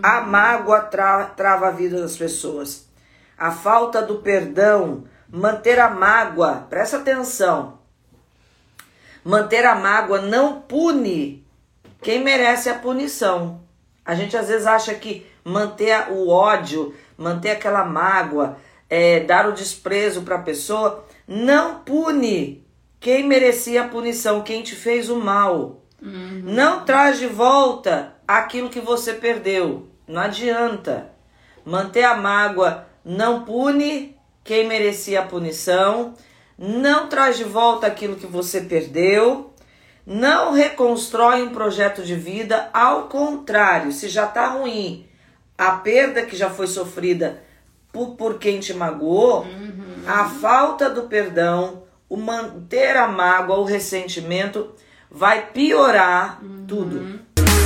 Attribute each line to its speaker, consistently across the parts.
Speaker 1: A mágoa trava a vida das pessoas. A falta do perdão, manter a mágoa, presta atenção. Manter a mágoa não pune quem merece a punição. A gente às vezes acha que manter o ódio, manter aquela mágoa, dar o desprezo para a pessoa, não pune quem merecia a punição, quem te fez o mal. Não traz de volta aquilo que você perdeu. Não adianta. Manter a mágoa não pune quem merecia a punição, não traz de volta aquilo que você perdeu, não reconstrói um projeto de vida. Ao contrário, se já está ruim a perda que já foi sofrida por quem te magoou, a falta do perdão, o manter a mágoa, o ressentimento vai piorar tudo.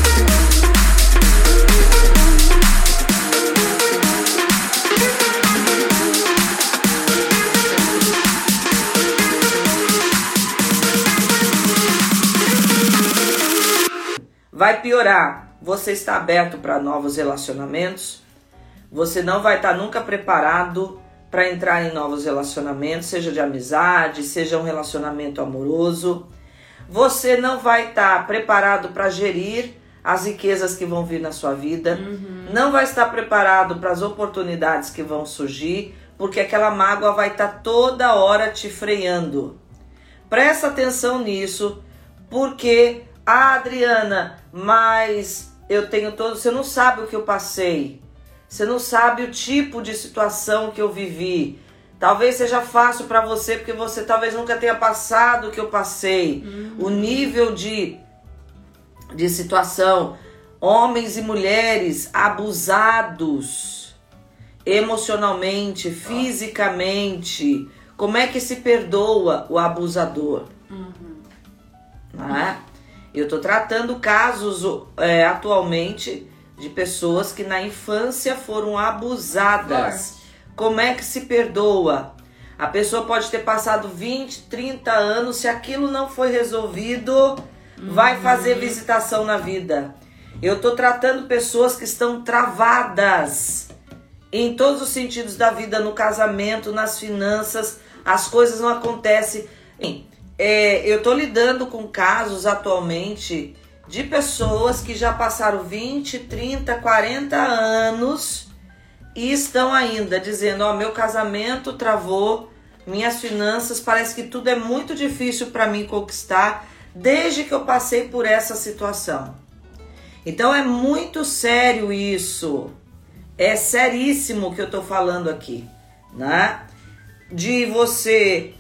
Speaker 1: Vai piorar. Você está aberto para novos relacionamentos. Você não vai estar nunca preparado para entrar em novos relacionamentos, seja de amizade, seja um relacionamento amoroso. Você não vai estar preparado para gerir as riquezas que vão vir na sua vida. Não vai estar preparado para as oportunidades que vão surgir, porque aquela mágoa vai estar toda hora te freando. Presta atenção nisso, porque Adriana, mas eu tenho todo... Você não sabe o que eu passei. Você não sabe o tipo de situação que eu vivi. Talvez seja fácil para você, porque você talvez nunca tenha passado o que eu passei. O nível de situação. Homens e mulheres abusados emocionalmente, fisicamente. Como é que se perdoa o abusador? Não é? Eu estou tratando casos atualmente de pessoas que na infância foram abusadas. Como é que se perdoa? A pessoa pode ter passado 20, 30 anos, se aquilo não foi resolvido, vai fazer visitação na vida. Eu estou tratando pessoas que estão travadas em todos os sentidos da vida, no casamento, nas finanças, as coisas não acontecem. Eu estou lidando com casos atualmente de pessoas que já passaram 20, 30, 40 anos e estão ainda dizendo, meu casamento travou, minhas finanças, parece que tudo é muito difícil para mim conquistar desde que eu passei por essa situação. Então é muito sério isso, é seríssimo o que eu estou falando aqui, né? De você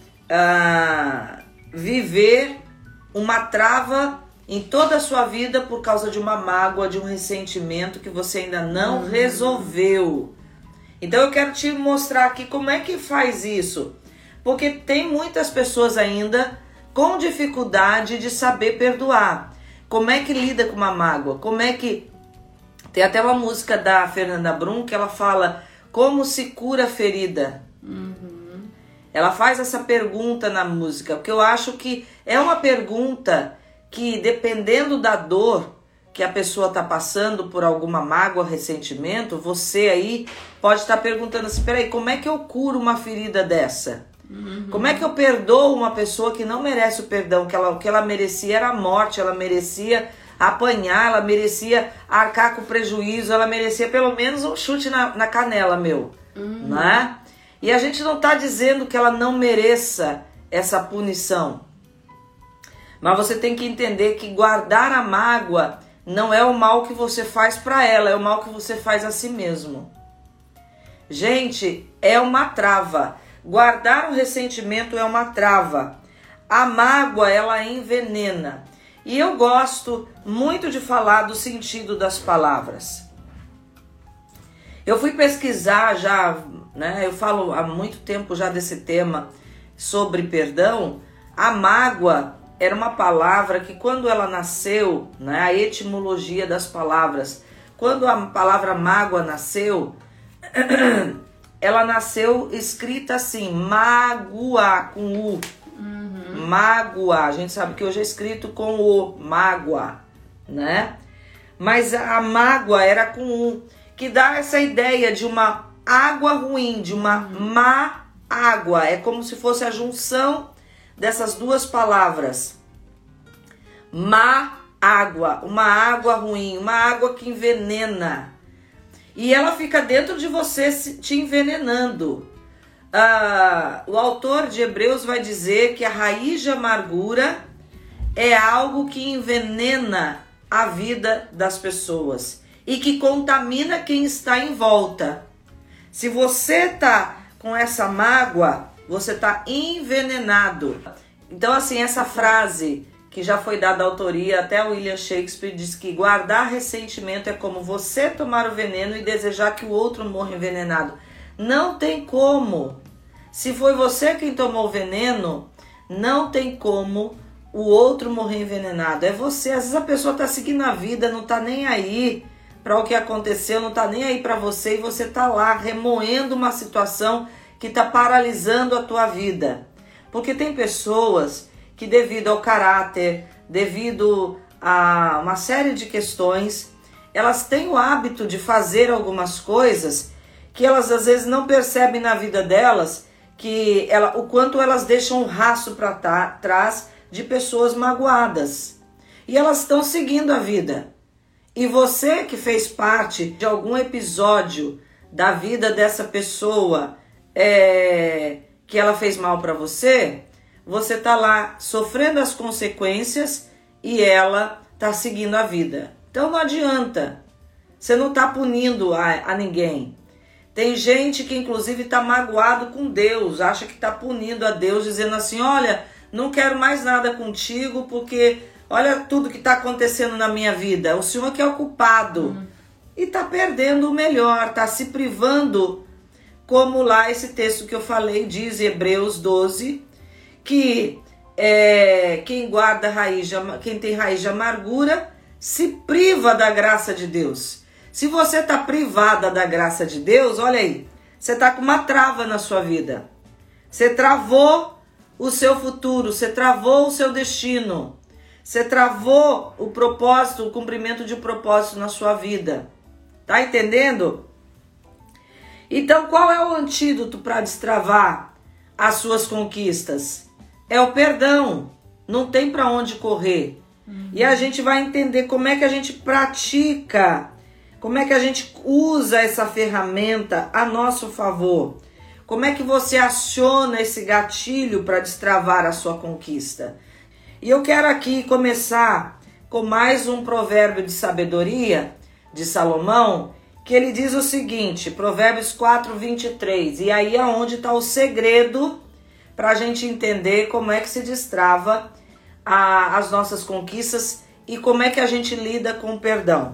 Speaker 1: viver uma trava em toda a sua vida por causa de uma mágoa, de um ressentimento que você ainda não resolveu. Então eu quero te mostrar aqui como é que faz isso. Porque tem muitas pessoas ainda com dificuldade de saber perdoar. Como é que lida com uma mágoa? Como é que... Tem até uma música da Fernanda Brum que ela fala como se cura a ferida. Ela faz essa pergunta na música, porque eu acho que é uma pergunta que, dependendo da dor que a pessoa está passando por alguma mágoa, ressentimento, você aí pode estar perguntando assim, peraí, como é que eu curo uma ferida dessa? Como é que eu perdoo uma pessoa que não merece o perdão, o que ela merecia era a morte, ela merecia apanhar, ela merecia arcar com prejuízo, ela merecia pelo menos um chute na canela, né? E a gente não está dizendo que ela não mereça essa punição. Mas você tem que entender que guardar a mágoa não é o mal que você faz para ela, é o mal que você faz a si mesmo. Gente, é uma trava. Guardar o ressentimento é uma trava. A mágoa, ela envenena. E eu gosto muito de falar do sentido das palavras. Eu fui pesquisar já, né? Eu falo há muito tempo já desse tema sobre perdão. A mágoa era uma palavra que quando ela nasceu, né, a etimologia das palavras, quando a palavra mágoa nasceu, ela nasceu escrita assim, mágoa, com U. Mágoa, a gente sabe que hoje é escrito com O, mágoa, né? mas a mágoa era com U, que dá essa ideia de uma água ruim, de uma má água. É como se fosse a junção dessas duas palavras. Má água, uma água ruim, uma água que envenena. E ela fica dentro de você te envenenando. O autor de Hebreus vai dizer que a raiz de amargura é algo que envenena a vida das pessoas e que contamina quem está em volta. Se você está com essa mágoa, você está envenenado. Então, assim, essa frase que já foi dada autoria, até William Shakespeare diz que guardar ressentimento é como você tomar o veneno e desejar que o outro morra envenenado. Não tem como. Se foi você quem tomou o veneno, não tem como o outro morrer envenenado. É você. Às vezes a pessoa está seguindo a vida, não está nem aí para o que aconteceu, não está nem aí para você, e você está lá remoendo uma situação que está paralisando a tua vida. Porque tem pessoas que, devido ao caráter, devido a uma série de questões, elas têm o hábito de fazer algumas coisas que elas às vezes não percebem na vida delas, o quanto elas deixam um rastro para trás de pessoas magoadas. E elas estão seguindo a vida. E você que fez parte de algum episódio da vida dessa pessoa que ela fez mal para você, você tá lá sofrendo as consequências e ela tá seguindo a vida. Então não adianta. Você não tá punindo a ninguém. Tem gente que inclusive tá magoado com Deus, acha que tá punindo a Deus, dizendo assim: olha, não quero mais nada contigo porque olha tudo que tá acontecendo na minha vida. O Senhor que é o culpado. E tá perdendo o melhor, tá se privando, como lá esse texto que eu falei diz, Hebreus 12, que quem tem raiz de amargura se priva da graça de Deus. Se você está privada da graça de Deus, olha aí, você está com uma trava na sua vida. Você travou o seu futuro, você travou o seu destino, você travou o propósito, o cumprimento de um propósito na sua vida. Tá entendendo? Então, qual é o antídoto para destravar as suas conquistas? É o perdão. Não tem para onde correr. E a gente vai entender como é que a gente pratica, como é que a gente usa essa ferramenta a nosso favor. Como é que você aciona esse gatilho para destravar a sua conquista. E eu quero aqui começar com mais um provérbio de sabedoria de Salomão, que ele diz o seguinte, Provérbios 4:23, e aí é onde está o segredo para a gente entender como é que se destrava as nossas conquistas e como é que a gente lida com o perdão.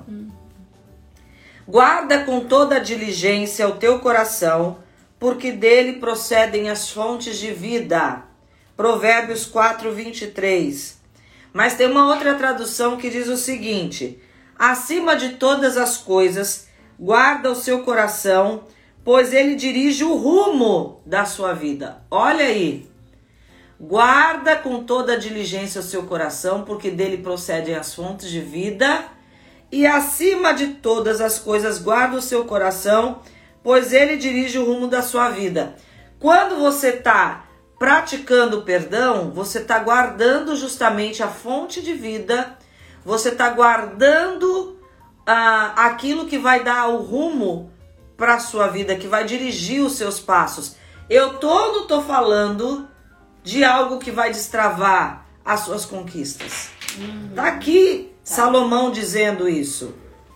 Speaker 1: Guarda com toda a diligência o teu coração, porque dele procedem as fontes de vida. Provérbios 4:23. Mas tem uma outra tradução que diz o seguinte: acima de todas as coisas, guarda o seu coração, pois ele dirige o rumo da sua vida. Olha aí. Guarda com toda a diligência o seu coração, porque dele procedem as fontes de vida. E acima de todas as coisas, guarda o seu coração, pois ele dirige o rumo da sua vida. Quando você está praticando o perdão, você está guardando justamente a fonte de vida, você está guardando aquilo que vai dar o rumo para a sua vida, que vai dirigir os seus passos. Eu não estou falando de algo que vai destravar as suas conquistas. Tá aqui Salomão dizendo isso.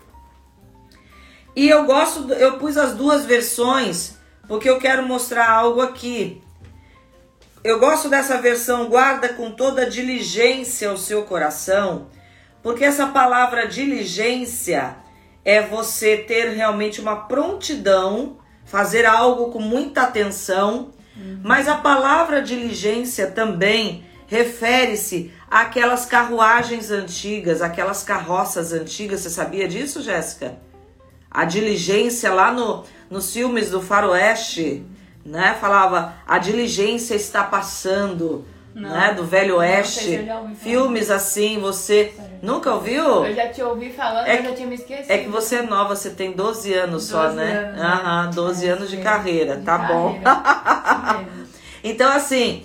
Speaker 1: E eu pus as duas versões porque eu quero mostrar algo aqui. Eu gosto dessa versão, guarda com toda diligência o seu coração, porque essa palavra diligência é você ter realmente uma prontidão, fazer algo com muita atenção, mas a palavra diligência também refere-se àquelas carruagens antigas, aquelas carroças antigas. Você sabia disso, Jéssica? A diligência lá nos filmes do faroeste, né? Falava, a diligência está passando, né? Do Velho Oeste. Filmes assim, você nunca ouviu?
Speaker 2: Eu já te ouvi falando, mas eu tinha me esquecido.
Speaker 1: É que você é nova, você tem 12 anos só, né?
Speaker 2: Aham,
Speaker 1: 12 anos de carreira, tá bom.
Speaker 2: Isso
Speaker 1: Então, assim,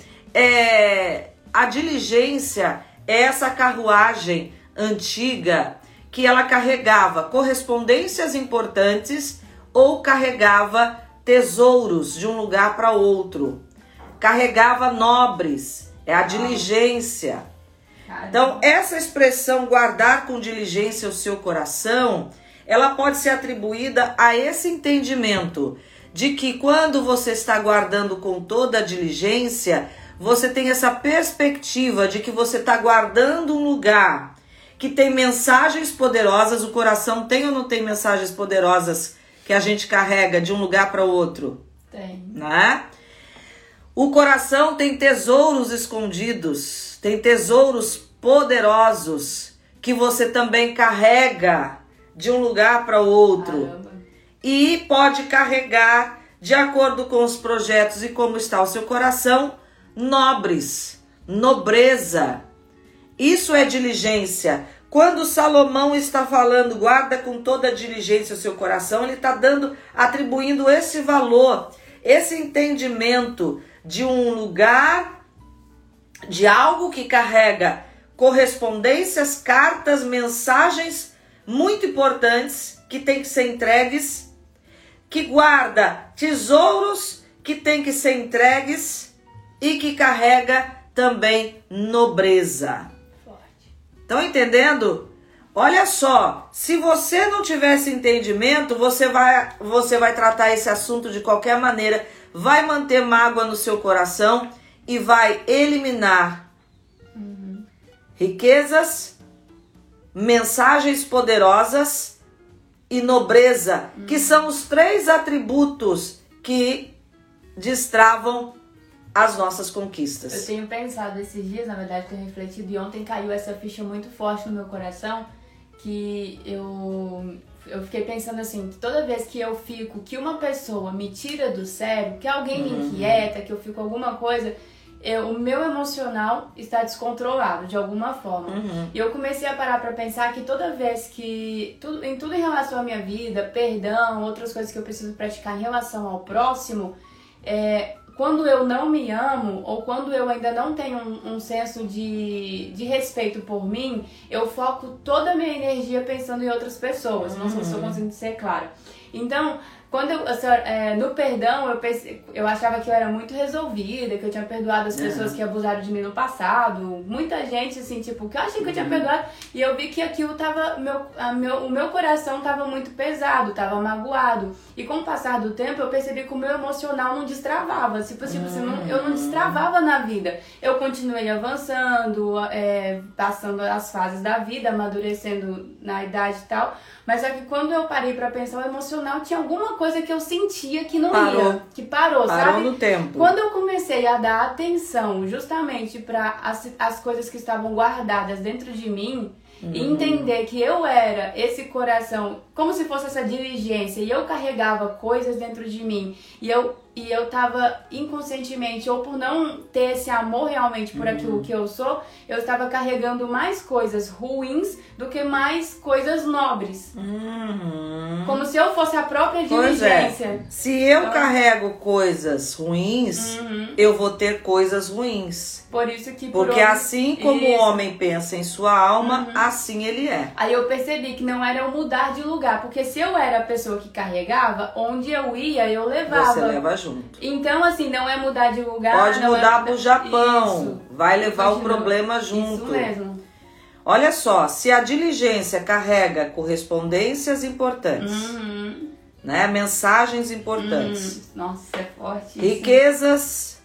Speaker 1: a diligência é essa carruagem antiga que ela carregava correspondências importantes ou carregava tesouros de um lugar para outro. Carregava nobres, é a diligência. Então, essa expressão guardar com diligência o seu coração, ela pode ser atribuída a esse entendimento de que quando você está guardando com toda a diligência, você tem essa perspectiva de que você está guardando um lugar que tem mensagens poderosas. O coração tem ou não tem mensagens poderosas que a gente carrega de um lugar para o outro?
Speaker 2: Tem.
Speaker 1: Né? O coração tem tesouros escondidos, tem tesouros poderosos que você também carrega de um lugar para o outro.
Speaker 2: Caramba.
Speaker 1: E pode carregar, de acordo com os projetos e como está o seu coração, nobres, nobreza. Isso é diligência. Quando Salomão está falando, guarda com toda a diligência o seu coração, ele está atribuindo esse valor, esse entendimento de um lugar, de algo que carrega correspondências, cartas, mensagens muito importantes que tem que ser entregues, que guarda tesouros que tem que ser entregues e que carrega também nobreza. Estão entendendo? Olha só, se você não tivesse entendimento, você vai tratar esse assunto de qualquer maneira, vai manter mágoa no seu coração e vai eliminar riquezas, mensagens poderosas e nobreza, que são os 3 atributos que destravam as nossas conquistas.
Speaker 2: Eu tenho pensado esses dias, na verdade, tenho refletido, e ontem caiu essa ficha muito forte no meu coração, que eu fiquei pensando assim, toda vez que eu fico, que uma pessoa me tira do sério, que alguém me inquieta, que eu fico alguma coisa, o meu emocional está descontrolado de alguma forma. E eu comecei a parar pra pensar que toda vez que, em tudo em relação à minha vida, perdão, outras coisas que eu preciso praticar em relação ao próximo, quando eu não me amo, ou quando eu ainda não tenho um senso de respeito por mim, eu foco toda a minha energia pensando em outras pessoas. Não sei se estou conseguindo ser clara. Então, quando no perdão, eu achava que eu era muito resolvida, que eu tinha perdoado as pessoas que abusaram de mim no passado. Muita gente, assim, tipo, que eu achei que eu tinha perdoado. E eu vi que aquilo tava, o meu coração tava muito pesado, tava magoado. E com o passar do tempo, eu percebi que o meu emocional não destravava. Tipo assim, eu não destravava na vida. Eu continuei avançando, passando as fases da vida, amadurecendo na idade e tal. Mas é que quando eu parei pra pensar, o emocional tinha alguma coisa que eu sentia que não ia. Que parou, sabe?
Speaker 1: Parou no tempo.
Speaker 2: Quando eu comecei a dar atenção justamente para as coisas que estavam guardadas dentro de mim, e entender que eu era esse coração, como se fosse essa diligência, e eu carregava coisas dentro de mim, e eu tava inconscientemente, ou por não ter esse amor realmente por aquilo que eu sou, eu estava carregando mais coisas ruins do que mais coisas nobres. Como se eu fosse a própria diligência.
Speaker 1: Se eu carrego coisas ruins, eu vou ter coisas ruins.
Speaker 2: Por isso que...
Speaker 1: Porque assim como o homem pensa em sua alma, assim ele é.
Speaker 2: Aí eu percebi que não era eu mudar de lugar, porque se eu era a pessoa que carregava, onde eu ia, eu levava.
Speaker 1: Você leva junto.
Speaker 2: Então, assim, não é mudar de lugar.
Speaker 1: Pode mudar pro Japão.
Speaker 2: Isso.
Speaker 1: Vai levar o problema junto.
Speaker 2: Isso mesmo.
Speaker 1: Olha só, se a diligência carrega correspondências importantes, né, mensagens importantes,
Speaker 2: nossa, é forte.
Speaker 1: Riquezas,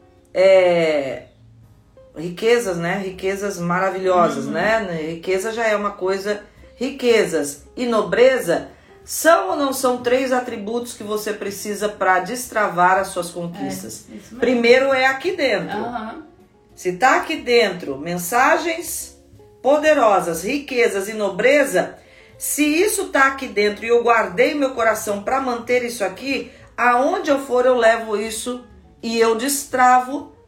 Speaker 1: né? Riquezas maravilhosas, né? Riqueza já é uma coisa. Riquezas e nobreza são ou não são 3 atributos que você precisa para destravar as suas conquistas? Primeiro é aqui dentro. Se tá aqui dentro, mensagens poderosas, riquezas e nobreza, se isso tá aqui dentro e eu guardei meu coração para manter isso aqui, aonde eu for eu levo isso e eu destravo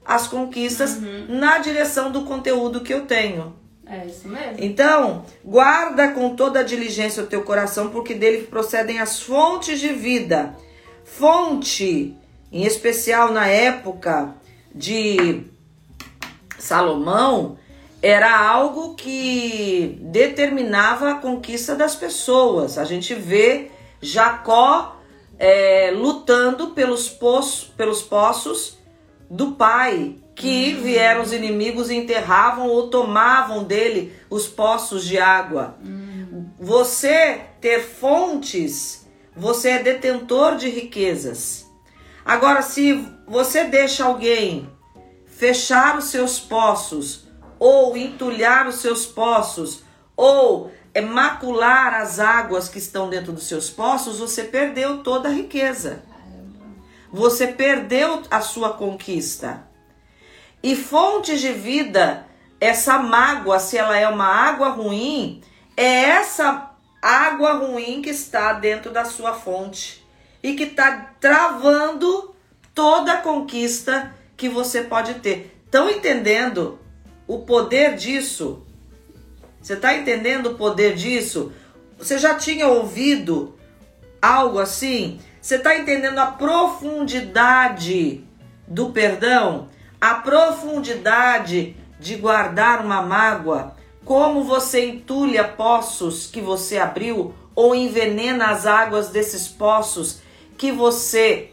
Speaker 1: as conquistas na direção do conteúdo que eu tenho.
Speaker 2: É isso mesmo.
Speaker 1: Então, guarda com toda a diligência o teu coração, porque dele procedem as fontes de vida. Fonte, em especial na época de Salomão, era algo que determinava a conquista das pessoas. A gente vê Jacó lutando pelos poços do pai, que vieram os inimigos e enterravam ou tomavam dele os poços de água. Você ter fontes, você é detentor de riquezas. Agora, se você deixa alguém fechar os seus poços, ou entulhar os seus poços, ou macular as águas que estão dentro dos seus poços, você perdeu toda a riqueza. Você perdeu a sua conquista. E fontes de vida, essa mágoa, se ela é uma água ruim, é essa água ruim que está dentro da sua fonte e que está travando toda a conquista que você pode ter. Estão entendendo o poder disso? Você está entendendo o poder disso? Você já tinha ouvido algo assim? Você está entendendo a profundidade do perdão? A profundidade de guardar uma mágoa? Como você entulha poços que você abriu ou envenena as águas desses poços que você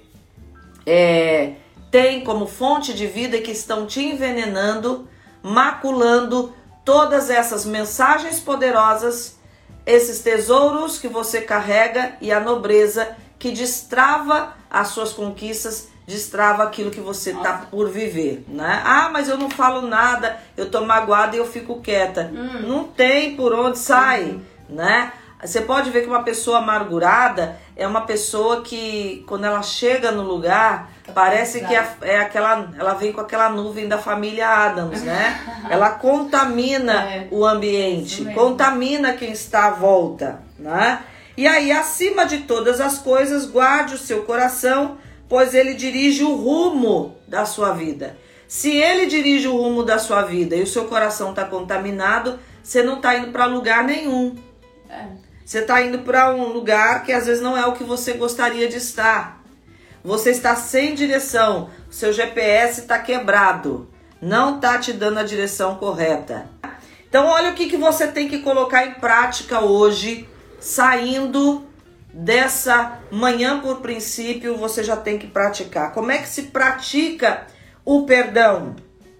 Speaker 1: tem como fonte de vida e que estão te envenenando, maculando todas essas mensagens poderosas, esses tesouros que você carrega e a nobreza que destrava as suas conquistas, destrava aquilo que você está por viver, né? Ah, mas eu não falo nada, eu tô magoada e eu fico quieta. Não tem por onde sair, né? Você pode ver que uma pessoa amargurada é uma pessoa que, quando ela chega no lugar, parece que ela vem com aquela nuvem da família Adams, né? Ela contamina o ambiente, contamina quem está à volta, né? E aí, acima de todas as coisas, guarde o seu coração, pois ele dirige o rumo da sua vida. Se ele dirige o rumo da sua vida e o seu coração está contaminado, você não está indo para lugar nenhum. Você está indo para um lugar que às vezes não é o que você gostaria de estar. Você está sem direção, o seu GPS está quebrado, não está te dando a direção correta. Então olha o que você tem que colocar em prática hoje, saindo dessa manhã por princípio, você já tem que praticar. Como é que se pratica o perdão?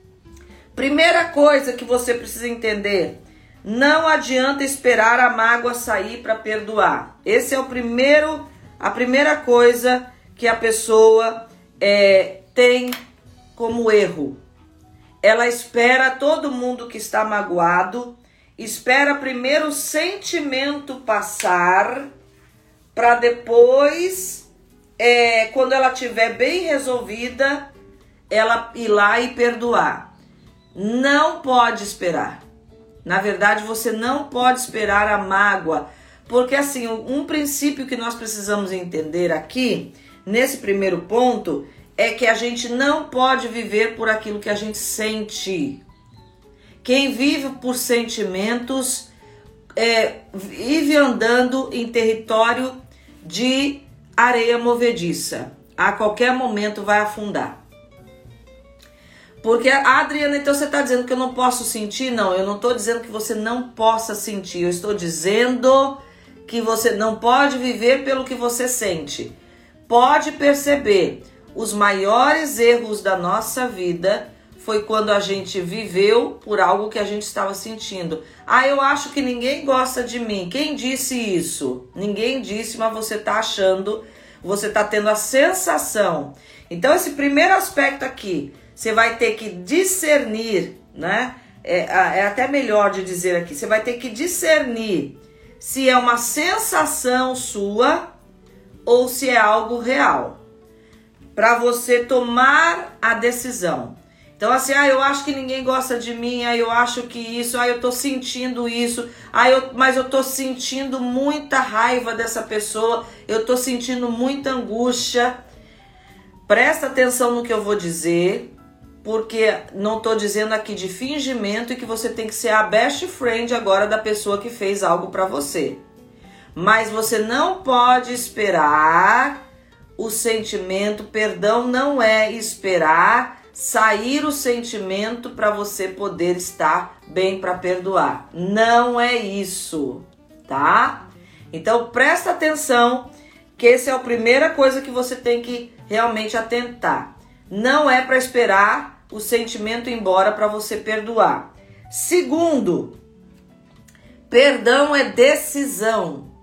Speaker 1: Primeira coisa que você precisa entender: não adianta esperar a mágoa sair para perdoar. Esse é a primeira coisa que a pessoa tem como erro. Ela espera todo mundo que está magoado, espera primeiro o sentimento passar, para depois, quando ela estiver bem resolvida, ela ir lá e perdoar. Não pode esperar. Na verdade, você não pode esperar a mágoa, porque assim, um princípio que nós precisamos entender aqui, nesse primeiro ponto, é que a gente não pode viver por aquilo que a gente sente. Quem vive por sentimentos vive andando em território de areia movediça. A qualquer momento vai afundar. Porque, Adriana, então você está dizendo que eu não posso sentir? Não, eu não estou dizendo que você não possa sentir. Eu estou dizendo que você não pode viver pelo que você sente. Pode perceber, os maiores erros da nossa vida foi quando a gente viveu por algo que a gente estava sentindo. Ah, eu acho que ninguém gosta de mim. Quem disse isso? Ninguém disse, mas você está achando, você está tendo a sensação. Então, esse primeiro aspecto aqui, você vai ter que discernir, né? É até melhor de dizer aqui. Você vai ter que discernir se é uma sensação sua ou se é algo real, para você tomar a decisão. Então assim, eu acho que ninguém gosta de mim, eu acho que isso, eu tô sentindo isso, mas eu tô sentindo muita raiva dessa pessoa, eu tô sentindo muita angústia. Presta atenção no que eu vou dizer. porque não estou dizendo aqui de fingimento e que você tem que ser a best friend agora da pessoa que fez algo para você. Mas você não pode esperar o sentimento, perdão não é esperar sair o sentimento para você poder estar bem para perdoar. Não é isso, tá? Então presta atenção que essa é a primeira coisa que você tem que realmente atentar. Não é para esperar o sentimento ir embora para você perdoar. Segundo, perdão é decisão.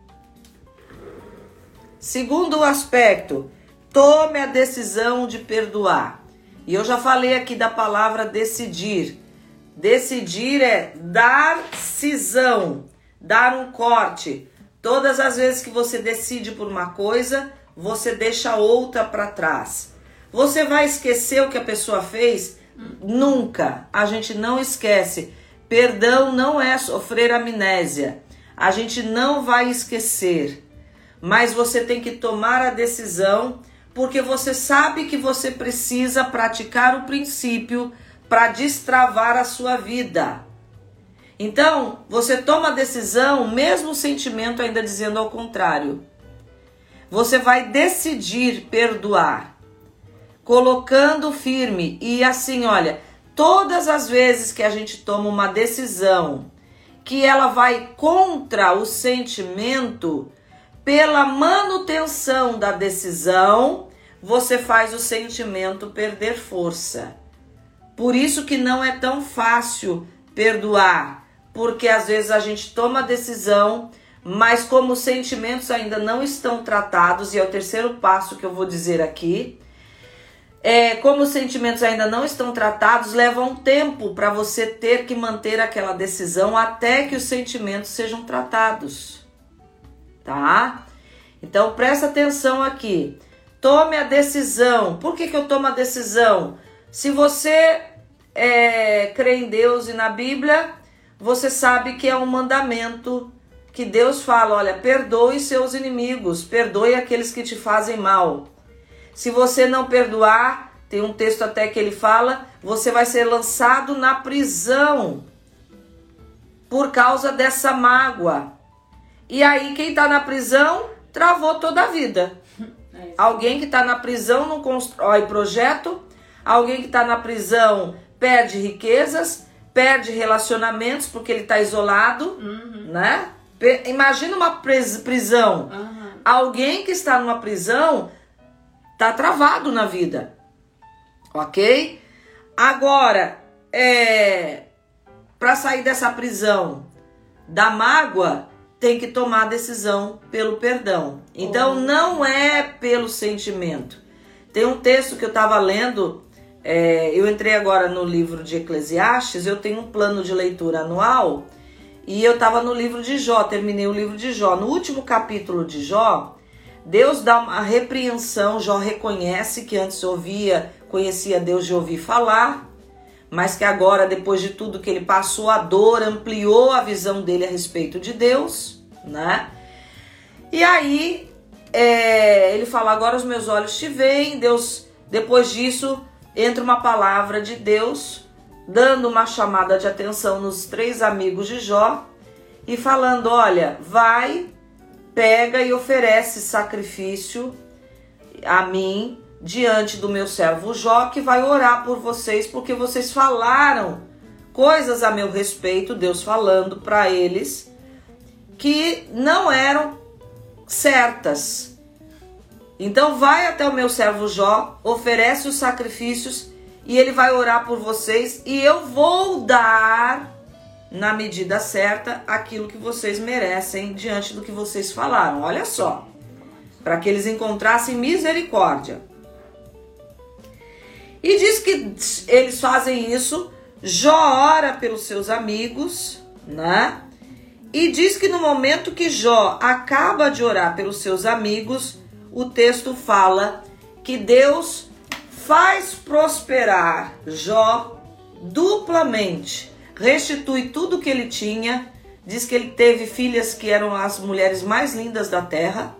Speaker 1: Segundo aspecto, tome a decisão de perdoar. E eu já falei aqui da palavra decidir. Decidir é dar cisão, dar um corte. Todas as vezes que você decide por uma coisa, você deixa outra para trás. Você vai esquecer o que a pessoa fez? Nunca. A gente não esquece. Perdão não é sofrer amnésia. A gente não vai esquecer. Mas você tem que tomar a decisão, porque você sabe que você precisa praticar o princípio para destravar a sua vida. Então, você toma a decisão, mesmo o sentimento ainda dizendo ao contrário. Você vai decidir perdoar, colocando firme. E assim, olha, todas as vezes que a gente toma uma decisão que ela vai contra o sentimento, pela manutenção da decisão, você faz o sentimento perder força. Por isso que não é tão fácil perdoar, porque às vezes a gente toma a decisão, mas como os sentimentos ainda não estão tratados, e é o terceiro passo que eu vou dizer aqui, como os sentimentos ainda não estão tratados, leva um tempo para você ter que manter aquela decisão até que os sentimentos sejam tratados. Tá? Então presta atenção aqui. Tome a decisão. Por que eu tomo a decisão? Se você crê em Deus e na Bíblia, você sabe que é um mandamento que Deus fala, olha, perdoe seus inimigos, perdoe aqueles que te fazem mal. Se você não perdoar, tem um texto até que ele fala, você vai ser lançado na prisão por causa dessa mágoa. E aí quem está na prisão travou toda a vida. Alguém que está na prisão não constrói projeto. Alguém que está na prisão perde riquezas, perde relacionamentos porque ele está isolado, né? Imagina uma prisão. Alguém que está numa prisão está travado na vida, ok? Agora, para sair dessa prisão da mágoa, tem que tomar a decisão pelo perdão. Então, não é pelo sentimento. Tem um texto que eu estava lendo, eu entrei agora no livro de Eclesiastes, eu tenho um plano de leitura anual, e eu estava no livro de Jó, terminei o livro de Jó. No último capítulo de Jó, Deus dá uma repreensão, Jó reconhece que antes conhecia Deus de ouvir falar, mas que agora, depois de tudo que ele passou, a dor ampliou a visão dele a respeito de Deus, né? E aí, ele fala, agora os meus olhos te veem. Deus, depois disso, entra uma palavra de Deus, dando uma chamada de atenção nos 3 amigos de Jó, e falando, olha, vai, pega e oferece sacrifício a mim, diante do meu servo Jó, que vai orar por vocês, porque vocês falaram coisas a meu respeito, Deus falando para eles, que não eram certas. Então vai até o meu servo Jó, oferece os sacrifícios, e ele vai orar por vocês, e eu vou dar, na medida certa, aquilo que vocês merecem, diante do que vocês falaram. Olha só, para que eles encontrassem misericórdia. E diz que eles fazem isso, Jó ora pelos seus amigos, né? E diz que no momento que Jó acaba de orar pelos seus amigos, o texto fala que Deus faz prosperar Jó duplamente, restitui tudo que ele tinha. Diz que ele teve filhas que eram as mulheres mais lindas da terra.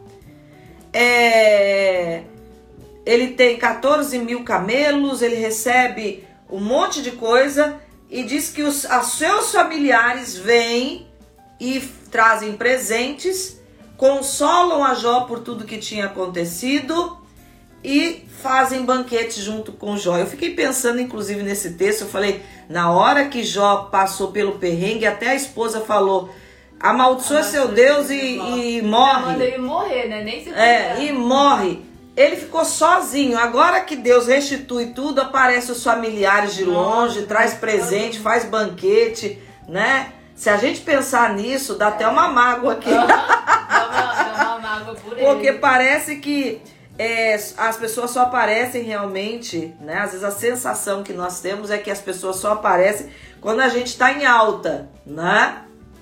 Speaker 1: Ele tem 14 mil camelos, ele recebe um monte de coisa e diz que os seus familiares vêm e trazem presentes, consolam a Jó por tudo que tinha acontecido e fazem banquete junto com Jó. Eu fiquei pensando inclusive nesse texto, eu falei, na hora que Jó passou pelo perrengue, até a esposa falou, amaldiçoa seu Deus e morre.
Speaker 2: Manda ele morrer, né? Nem se
Speaker 1: e morre. Ele ficou sozinho. Agora que Deus restitui tudo, aparece os familiares de longe, traz presente, faz banquete, né? Se a gente pensar nisso, dá até uma mágoa aqui.
Speaker 2: Dá uma mágoa por ele.
Speaker 1: Porque parece que as pessoas só aparecem realmente, né? Às vezes a sensação que nós temos é que as pessoas só aparecem quando a gente está em alta, né?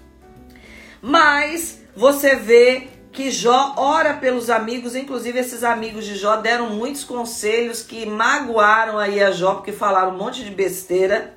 Speaker 1: Mas você vê que Jó ora pelos amigos, inclusive esses amigos de Jó deram muitos conselhos que magoaram aí a Jó, porque falaram um monte de besteira.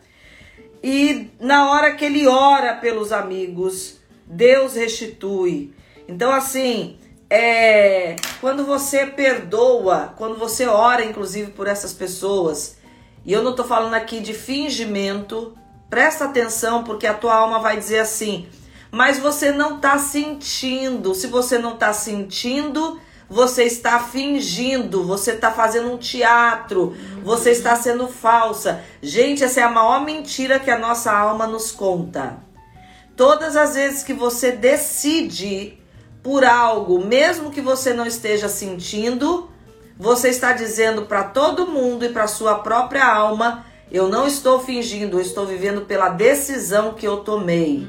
Speaker 1: E na hora que ele ora pelos amigos, Deus restitui. Então assim, quando você perdoa, quando você ora inclusive por essas pessoas, e eu não tô falando aqui de fingimento, presta atenção porque a tua alma vai dizer assim, mas você não está sentindo. Se você não está sentindo, você está fingindo, você está fazendo um teatro, você está sendo falsa. Gente, essa é a maior mentira que a nossa alma nos conta. Todas as vezes que você decide por algo, mesmo que você não esteja sentindo, você está dizendo para todo mundo e para sua própria alma, eu não estou fingindo, eu estou vivendo pela decisão que eu tomei.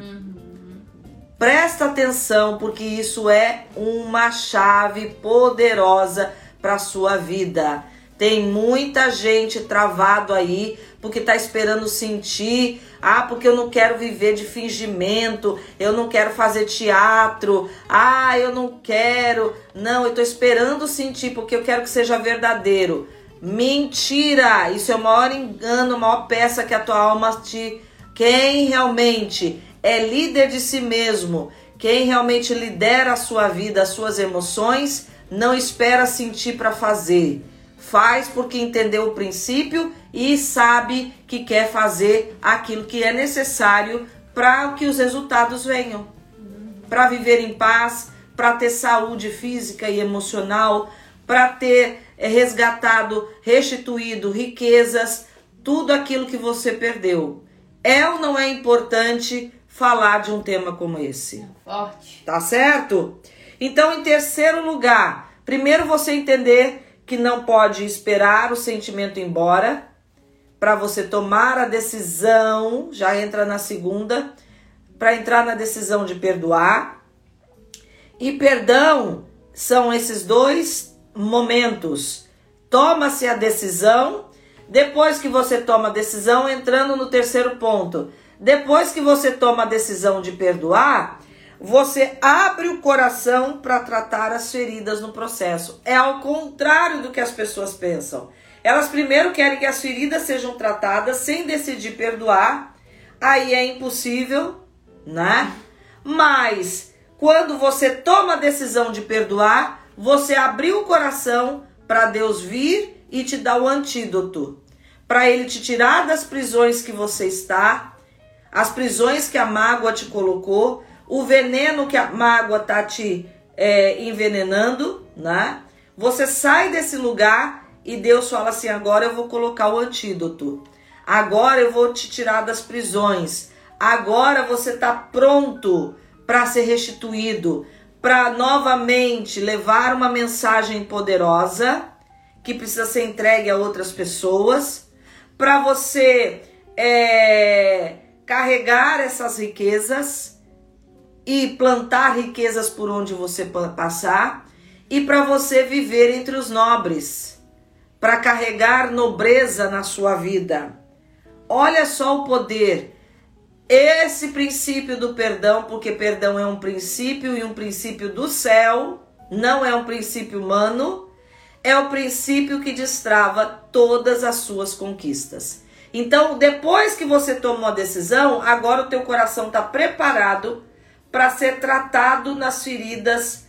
Speaker 1: Presta atenção, porque isso é uma chave poderosa para a sua vida. Tem muita gente travado aí, porque está esperando sentir. Porque eu não quero viver de fingimento, eu não quero fazer teatro. Eu não quero. Não, eu estou esperando sentir, porque eu quero que seja verdadeiro. Mentira! Isso é o maior engano, a maior peça que a tua alma te... Quem realmente é líder de si mesmo, quem realmente lidera a sua vida, as suas emoções, não espera sentir para fazer. Faz porque entendeu o princípio e sabe que quer fazer aquilo que é necessário para que os resultados venham. Para viver em paz, para ter saúde física e emocional, para ter resgatado, restituído riquezas, tudo aquilo que você perdeu. É ou não é importante falar de um tema como esse?
Speaker 2: Forte.
Speaker 1: Tá certo? Então, em terceiro lugar, primeiro você entender que não pode esperar o sentimento ir embora para você tomar a decisão, já entra na segunda, para entrar na decisão de perdoar. E perdão são esses dois momentos. Toma-se a decisão, depois que você toma a decisão, entrando no terceiro ponto. Depois que você toma a decisão de perdoar, você abre o coração para tratar as feridas no processo. É ao contrário do que as pessoas pensam. Elas primeiro querem que as feridas sejam tratadas sem decidir perdoar. Aí é impossível, né? Mas quando você toma a decisão de perdoar, você abriu o coração para Deus vir e te dar o antídoto. Para Ele te tirar das prisões que você está, as prisões que a mágoa te colocou, o veneno que a mágoa está te envenenando, né? Você sai desse lugar e Deus fala assim, agora eu vou colocar o antídoto. Agora eu vou te tirar das prisões. Agora você está pronto para ser restituído, para novamente levar uma mensagem poderosa que precisa ser entregue a outras pessoas, para você carregar essas riquezas e plantar riquezas por onde você passar, e para você viver entre os nobres, para carregar nobreza na sua vida. Olha só o poder, esse princípio do perdão, porque perdão é um princípio e um princípio do céu, não é um princípio humano, é o princípio que destrava todas as suas conquistas. Então, depois que você tomou a decisão, agora o teu coração está preparado para ser tratado nas feridas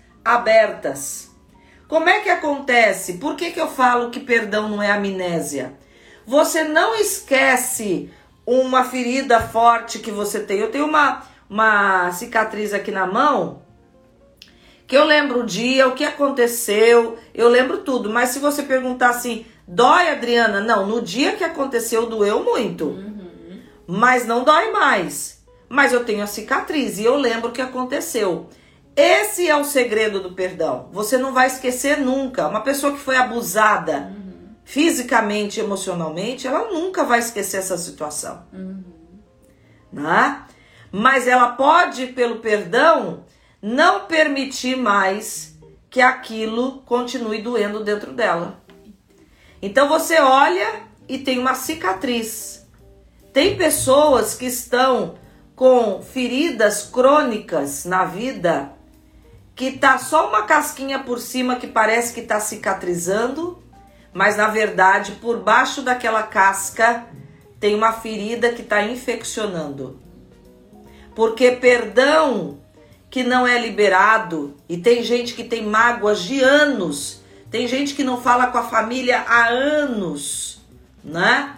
Speaker 1: abertas. Como é que acontece? Por que eu falo que perdão não é amnésia? você não esquece uma ferida forte que você tem. Eu tenho uma cicatriz aqui na mão, que eu lembro o dia, o que aconteceu, eu lembro tudo. Mas se você perguntar assim, dói, Adriana? Não, no dia que aconteceu doeu muito. Mas não dói mais. Mas eu tenho a cicatriz e eu lembro o que aconteceu. Esse é o segredo do perdão. Você não vai esquecer nunca. Uma pessoa que foi abusada fisicamente, emocionalmente, ela nunca vai esquecer essa situação. Né? Mas ela pode, pelo perdão, não permitir mais que aquilo continue doendo dentro dela. Então você olha e tem uma cicatriz. Tem pessoas que estão com feridas crônicas na vida, que tá só uma casquinha por cima que parece que tá cicatrizando, mas na verdade por baixo daquela casca tem uma ferida que está infeccionando. Porque perdão que não é liberado, e tem gente que tem mágoas de anos, tem gente que não fala com a família há anos, né?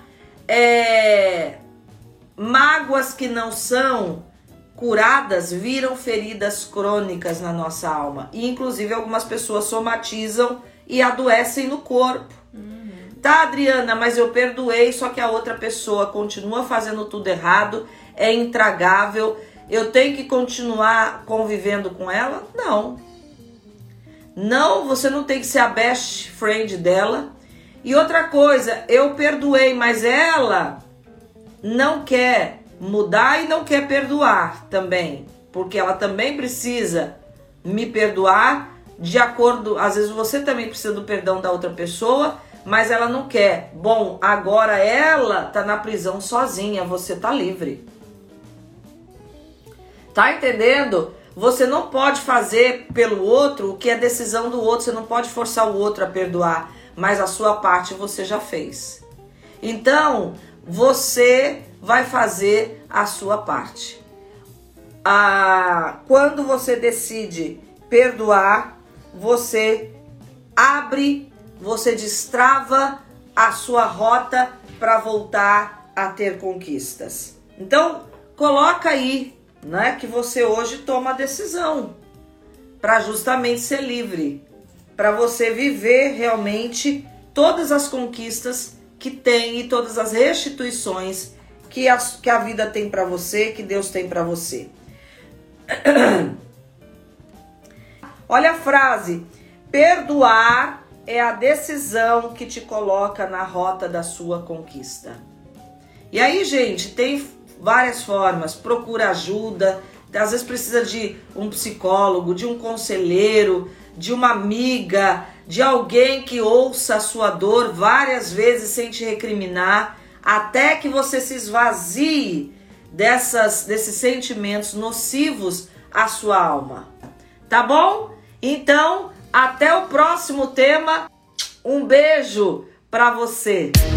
Speaker 1: Mágoas que não são curadas viram feridas crônicas na nossa alma. E inclusive algumas pessoas somatizam e adoecem no corpo. Tá, Adriana, mas eu perdoei, só que a outra pessoa continua fazendo tudo errado, é intragável, eu tenho que continuar convivendo com ela? Não. Não, você não tem que ser a best friend dela. E outra coisa, eu perdoei, mas ela não quer mudar e não quer perdoar também. Porque ela também precisa me perdoar de acordo... Às vezes você também precisa do perdão da outra pessoa, mas ela não quer. Bom, agora ela tá na prisão sozinha, você tá livre. Tá entendendo? Você não pode fazer pelo outro o que é decisão do outro, você não pode forçar o outro a perdoar, mas a sua parte você já fez. Então, você vai fazer a sua parte. Quando você decide perdoar, você abre, você destrava a sua rota para voltar a ter conquistas. Então, coloca aí, né, que você hoje toma a decisão para justamente ser livre, para você viver realmente todas as conquistas que tem e todas as restituições que a vida tem para você, que Deus tem para você. Olha a frase: perdoar é a decisão que te coloca na rota da sua conquista. E aí, gente, tem várias formas. Procura ajuda, às vezes precisa de um psicólogo, de um conselheiro, de uma amiga, de alguém que ouça a sua dor várias vezes sem te recriminar, até que você se esvazie desses sentimentos nocivos à sua alma. Tá bom? Então, até o próximo tema. Um beijo pra você.